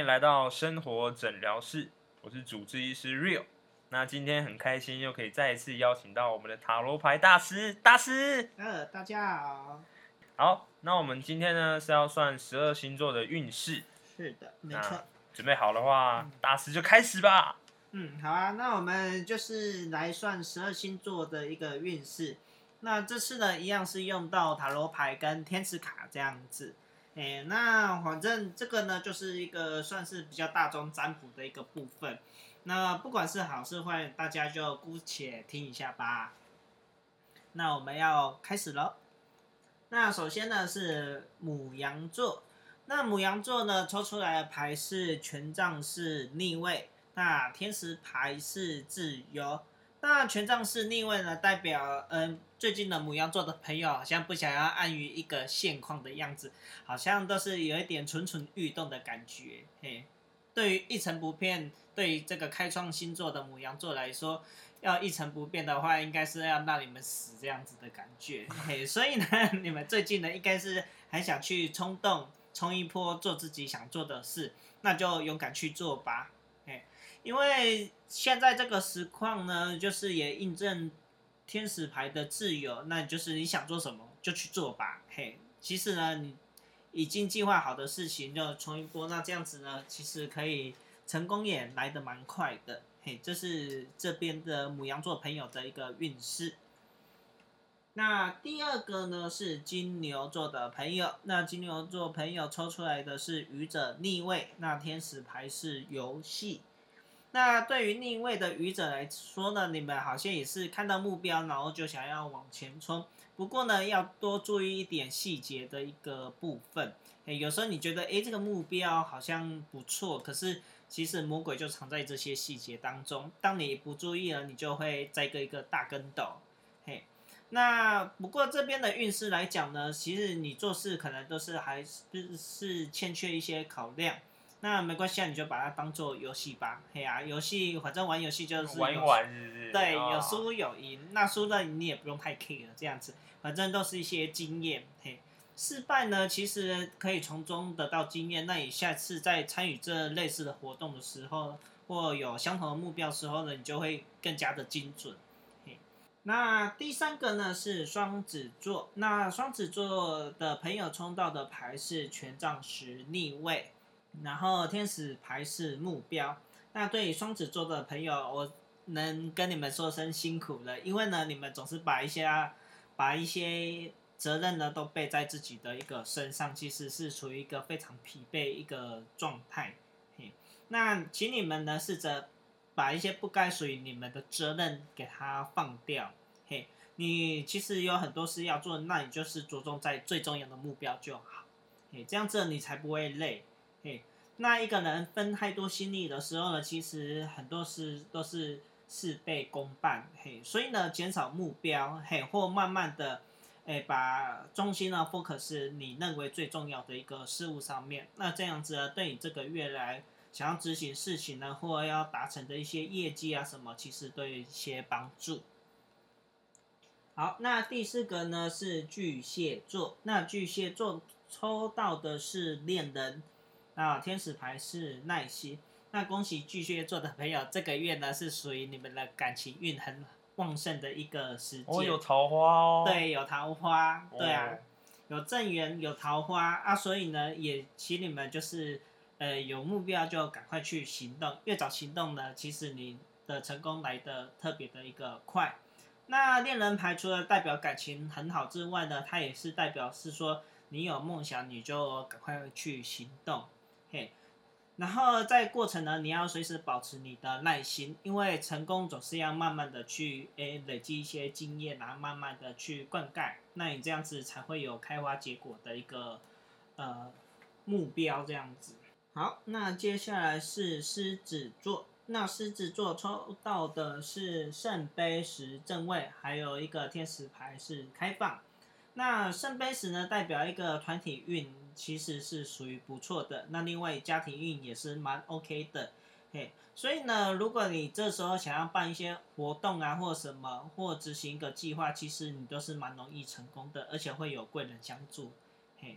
迎来到生活诊疗室，我是主治医师 Real。那今天很开心，又可以再一次邀请到我们的塔罗牌大师。 大家好。 好，那我们今天呢是要算12星座的运势。 是的，没错。 准备好的话，大师就开始吧。 好啊，那我们就是来算12星座的一个运势。那这次呢，一样是用到塔罗牌跟天使卡这样子。那反正这个呢，就是一个算是比较大众占卜的一个部分。那不管是好是坏，大家就姑且听一下吧。那我们要开始了。那首先呢是牡羊座，那牡羊座呢抽出来的牌是权杖四逆位，那天使牌是自由。那权杖四逆位呢，代表最近的牡羊座的朋友好像不想要安于一个现况的样子，好像都是有一点蠢蠢欲动的感觉。对于一成不变，对于这个开创星座的牡羊座来说，要一成不变的话，应该是要让你们死这样子的感觉。所以呢，你们最近呢，应该是很想去冲动，冲一波，做自己想做的事，那就勇敢去做吧。因为现在这个实况呢，就是也印证天使牌的自由，那就是你想做什么就去做吧。其实呢，你已经计划好的事情就冲一波，那这样子呢，其实可以成功也来得蛮快的。这是这边的牡羊座朋友的一个运势。那第二个呢是金牛座的朋友，那金牛座朋友抽出来的是愚者逆位，那天使牌是游戏。那对于逆位的愚者来说呢，你们好像也是看到目标，然后就想要往前冲。不过呢，要多注意一点细节的一个部分。有时候你觉得，这个目标好像不错，可是其实魔鬼就藏在这些细节当中。当你不注意了，你就会栽个一个大跟斗。那不过这边的运势来讲呢，其实你做事可能都是还是欠缺一些考量。那没关系啊，你就把它当做游戏吧。游戏反正玩游戏就是玩一玩，是不是？ 对，有输有赢。那输了你也不用太 care 这样子，反正都是一些经验。失败呢，其实可以从中得到经验。那你下次在参与这类似的活动的时候，或有相同的目标的时候呢，你就会更加的精准。那第三个呢是双子座，那双子座的朋友抽到的牌是权杖十逆位，然后天使牌是目标。那对于双子座的朋友，我能跟你们说声辛苦了，因为呢，你们总是把一些责任呢都背在自己的一个身上，其实是处于一个非常疲惫一个状态。那请你们呢试着把一些不该属于你们的责任给它放掉。你其实有很多事要做，那你就是着重在最重要的目标就好。这样子你才不会累。那一个人分太多心力的时候呢，其实很多事都是事倍功半。所以呢，减少目标，或慢慢的，把重心呢 focus 你认为最重要的一个事物上面。那这样子呢，对你这个月来想要执行事情呢，或要达成的一些业绩啊什么，其实都有一些帮助。好，那第四个呢是巨蟹座，那巨蟹座抽到的是恋人，那天使牌是耐心。那恭喜巨蟹座的朋友，这个月呢是属于你们的感情运很旺盛的一个时间。 有桃花哦。 对，有桃花，对啊，有正缘，有桃花啊，所以呢，也请你们就是有目标就赶快去行动，越早行动呢，其实你的成功来得特别的一个快。那恋人牌除了代表感情很好之外呢，它也是代表是说你有梦想你就赶快去行动。然后在过程呢，你要随时保持你的耐心，因为成功总是要慢慢的去累积一些经验，然后慢慢的去灌溉，那你这样子才会有开花结果的一个目标这样子。好，那接下来是狮子座，那狮子座抽到的是圣杯十正位，还有一个天使牌是开放。那圣杯十呢，代表一个团体运，其实是属于不错的。那另外家庭运也是蛮 OK 的。所以呢，如果你这时候想要办一些活动啊，或什么，或执行一个计划，其实你都是蛮容易成功的，而且会有贵人相助。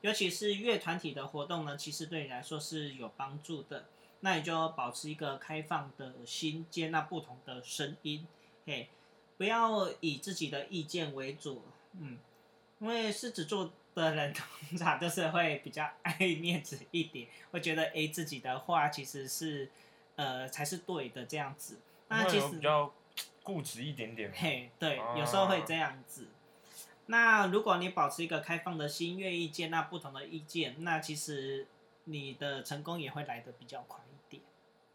尤其是乐团体的活动呢，其实对你来说是有帮助的。那你就保持一个开放的心，接纳不同的声音，嘿，不要以自己的意见为主，因为狮子座的人通常就是会比较爱面子一点，会觉得自己的话其实是才是对的这样子。那其实比较固执一点点。 嘿，对，有时候会这样子。那如果你保持一个开放的心，愿意接纳不同的意见，那其实你的成功也会来得比较快一点。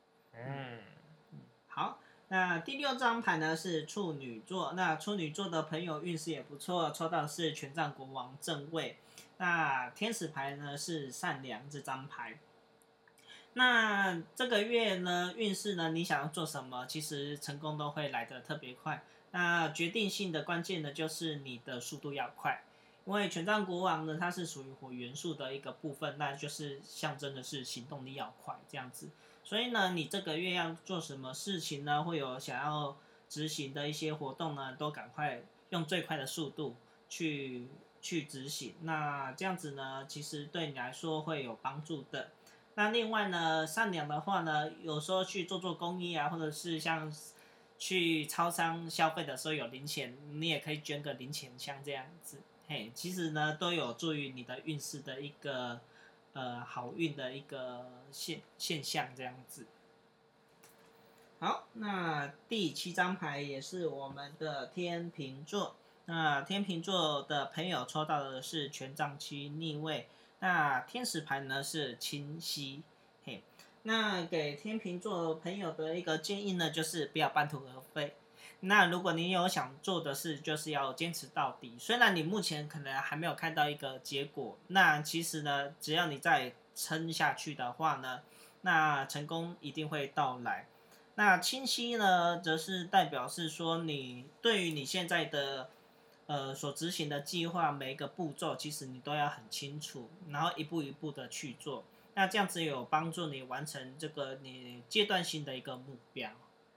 好，那第6张牌呢是处女座，那处女座的朋友运势也不错，抽到的是权杖国王正位。那天使牌呢是善良这张牌。那这个月呢运势呢，你想要做什么，其实成功都会来得特别快。那决定性的关键呢，就是你的速度要快，因为权杖国王呢，它是属于火元素的一个部分，那就是象征的是行动力要快这样子。所以呢，你这个月要做什么事情呢？会有想要执行的一些活动呢，都赶快用最快的速度去执行。那这样子呢，其实对你来说会有帮助的。那另外呢，善良的话呢，有时候去做公益啊，或者是像去超商消费的时候有零钱，你也可以捐个零钱箱这样子。嘿，其实呢都有助于你的运势的一个好运的一个现象这样子。好，那第7张牌也是我们的天秤座。那天秤座的朋友抽到的是权杖7逆位。那天使牌呢是清晰，嘿，那给天秤座朋友的一个建议呢，就是不要半途而废。那如果你有想做的事，就是要坚持到底。虽然你目前可能还没有看到一个结果，那其实呢，只要你再撑下去的话呢，那成功一定会到来。那清晰呢，则是代表是说你对于你现在的所执行的计划每一个步骤，其实你都要很清楚，然后一步一步的去做。那这样子有帮助你完成这个你阶段性的一个目标。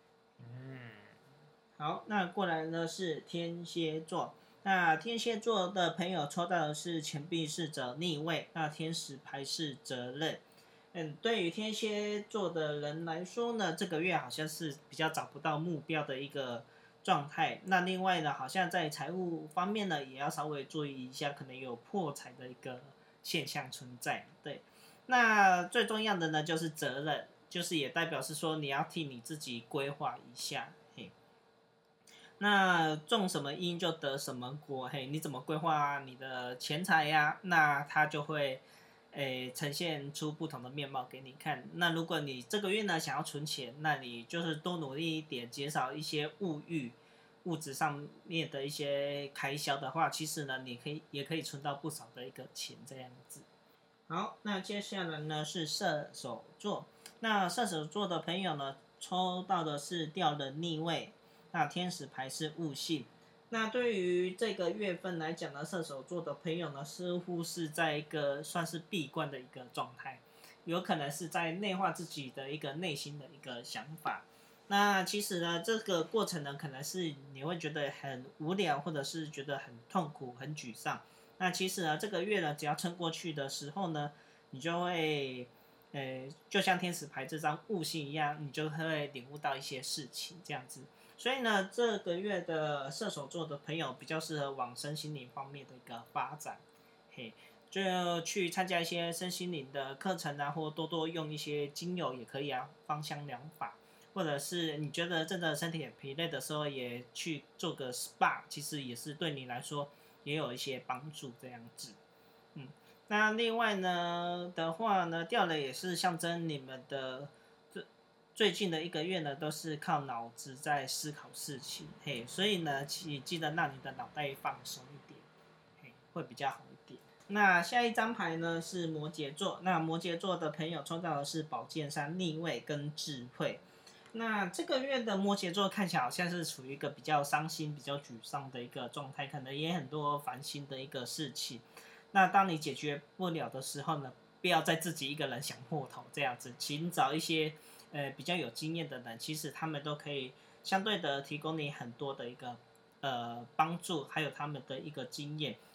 好，那过来呢是天蝎座。那天蝎座的朋友抽到的是钱币侍者逆位，那天使牌是责任。对于天蝎座的人来说呢，这个月好像是比较找不到目标的一个状态。那另外呢，好像在财务方面呢，也要稍微注意一下，可能有破财的一个现象存在。对，那最重要的呢就是责任，就是也代表是说你要替你自己规划一下。嘿，那种什么因就得什么果。嘿，你怎么规划你的钱财呀？那它就会呈现出不同的面貌给你看。那如果你这个月呢想要存钱，那你就是多努力一点，减少一些物质上面的一些开销的话，其实呢你也可以存到不少的一个钱这样子。好，那接下来呢是射手座。那射手座的朋友呢抽到的是吊人逆位，那天使牌是悟性。那对于这个月份来讲呢，射手座的朋友呢，似乎是在一个算是闭关的一个状态，有可能是在内化自己的一个内心的一个想法。那其实呢，这个过程呢，可能是你会觉得很无聊，或者是觉得很痛苦、很沮丧。那其实呢，这个月呢，只要撑过去的时候呢，你就会，就像天使牌这张悟性一样，你就会领悟到一些事情这样子。所以呢，这个月的射手座的朋友比较适合往身心灵方面的一个发展，嘿，就去参加一些身心灵的课程啊，或多多用一些精油也可以啊，芳香疗法，或者是你觉得真的身体很疲累的时候，也去做个 SPA， 其实也是对你来说也有一些帮助这样子。那另外呢的话呢，吊人也是象征你们的最近的一个月呢，都是靠脑子在思考事情，嘿，所以呢，记得让你的脑袋放松一点，嘿，会比较好一点。那下一张牌呢是摩羯座，那摩羯座的朋友抽到的是宝剑三逆位跟智慧。那这个月的摩羯座看起来好像是处于一个比较伤心、比较沮丧的一个状态，可能也很多烦心的一个事情。那当你解决不了的时候呢，不要再自己一个人想破头这样子，请找一些比较有经验的人，其实他们都可以相对的提供你很多的一个帮助，还有他们的一个经验，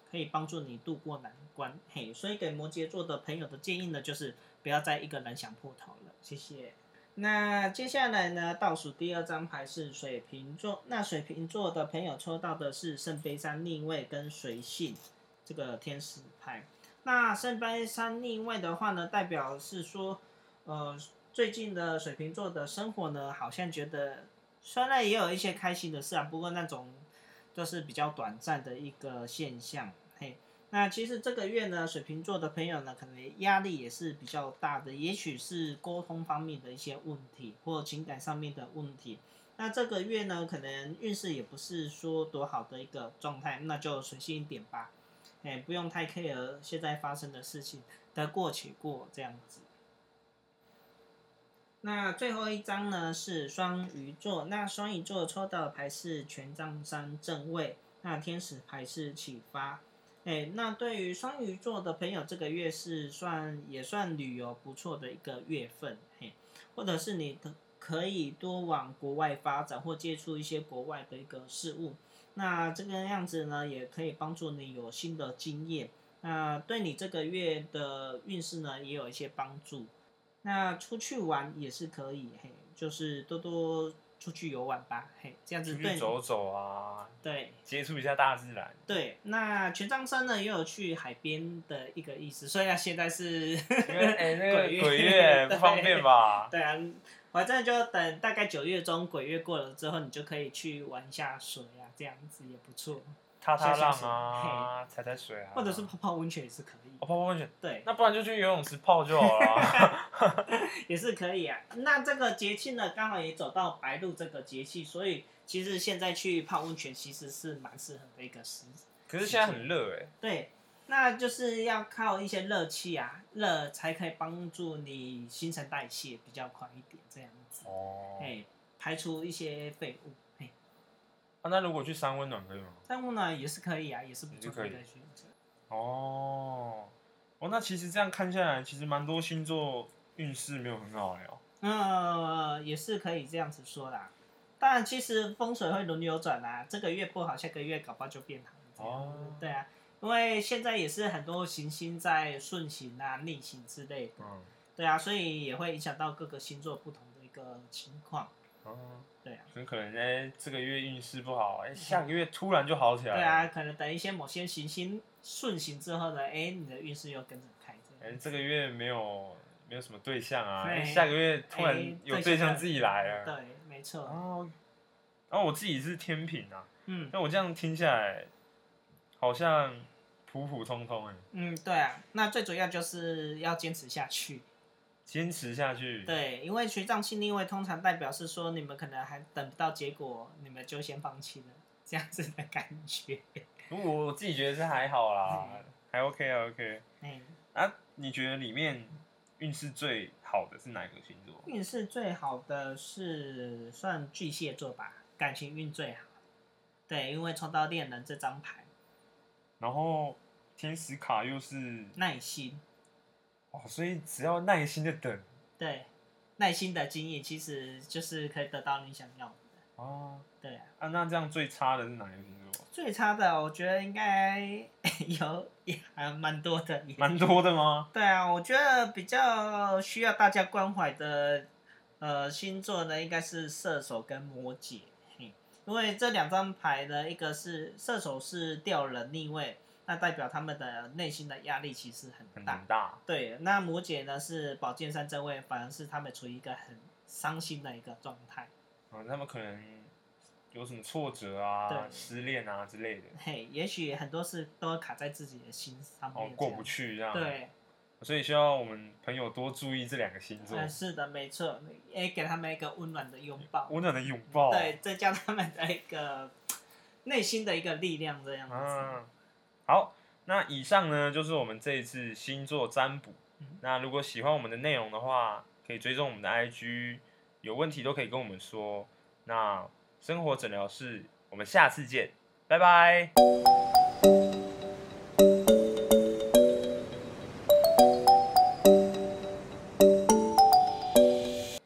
可以帮助你度过难关。嘿，所以给摩羯座的朋友的建议呢，就是不要再一个人想破头了。谢谢。那接下来呢，倒数第2张牌是水瓶座。那水瓶座的朋友抽到的是圣杯3逆位跟随性这个天使牌。那圣杯3逆位的话呢，代表是说，最近的水瓶座的生活呢，好像觉得虽然也有一些开心的事啊，不过那种就是比较短暂的一个现象。嘿，那其实这个月呢，水瓶座的朋友呢，可能压力也是比较大的，也许是沟通方面的一些问题，或情感上面的问题。那这个月呢，可能运势也不是说多好的一个状态，那就随性一点吧，不用太 care 现在发生的事情，得过且过这样子。那最后一张呢是双鱼座，那双鱼座抽到的牌是权杖3正位，那天使牌是启发。那对于双鱼座的朋友，这个月是也算旅游不错的一个月份，或者是你可以多往国外发展或接触一些国外的一个事物。那这个样子呢，也可以帮助你有新的经验。那对你这个月的运势呢，也有一些帮助。那出去玩也是可以，就是多多出去游玩吧，这样子对。 出去走走啊， 对， 接触一下大自然。 对，那权杖3呢也有去海边的一个意思，虽然现在是因为那个鬼月不方便吧？ 对啊，反正就等大概9月中鬼月过了之后，你就可以去玩一下水啊，这样子也不错。 踏浪啊，踩水啊， 或者是泡温泉也是可以。 泡温泉。 对， 那不然就去游泳池泡就好了。 也是可以啊。那这个节气呢，刚好也走到白露这个节气，所以其实现在去泡温泉其实是蛮适合的一个时。 可是现在很热哎。 对，那就是要靠一些热气啊，热才可以帮助你新陈代谢比较快一点，这样子。哦。排除一些废物。 那如果去山温暖可以吗？ 山温暖也是可以啊，也是不错的一个选择。 那其实这样看下来，其实蛮多星座运势没有很好也是可以这样子说啦。当然，其实风水会轮流转啊，这个月不好，下个月搞不好就变好了。对啊，因为现在也是很多行星在顺行啊、逆行之类的。对啊，所以也会影响到各个星座不同的一个情况。对啊， 很可能这个月运势不好，下个月突然就好起来了。 对啊，可能等一些某些行星顺行之后呢，你的运势又跟着开。 这个月没有什么对象啊，下个月突然有对象自己来了。 对，没错。 然后我自己是天秤啊，但我这样听下来，好像普普通通对啊，那最主要就是要坚持下去。 坚持下去。 对，因为权杖7逆位通常代表是说你们可能还等不到结果，你们就先放弃了，这样子的感觉。 我自己觉得是还好啦，还 OK 啊 OK。你觉得里面运势最好的是哪一个星座？ 运势最好的是算巨蟹座吧，感情运最好。对，因为抽到恋人这张牌。 然后天使卡又是耐心。 所以只要耐心的等， 对，耐心的经验其实就是可以得到你想要的。对啊。 那这样最差的是哪一个星座？ 最差的，我觉得应该也还蛮多的。 蛮多的吗？ 对啊，我觉得比较需要大家关怀的星座呢，应该是射手跟摩羯。因为这2张牌呢，一个是射手是吊人逆位。那代表他们的内心的压力其实很大。对，那摩羯呢是宝剑3正位，反而是他们处于一个很伤心的一个状态。 他们可能有什么挫折啊、失恋啊之类的。 也许很多事都卡在自己的心上面。 过不去这样。 对。 所以需要我们朋友多注意这2个星座。 是的，没错，给他们一个温暖的拥抱。 温暖的拥抱。 对，增加他们的一个内心的一个力量，这样子。 好，那以上呢就是我们这一次星座占卜。那如果喜欢我们的内容的话，可以追踪我们的 IG， 有问题都可以跟我们说。那生活诊疗室，我们下次见，拜拜。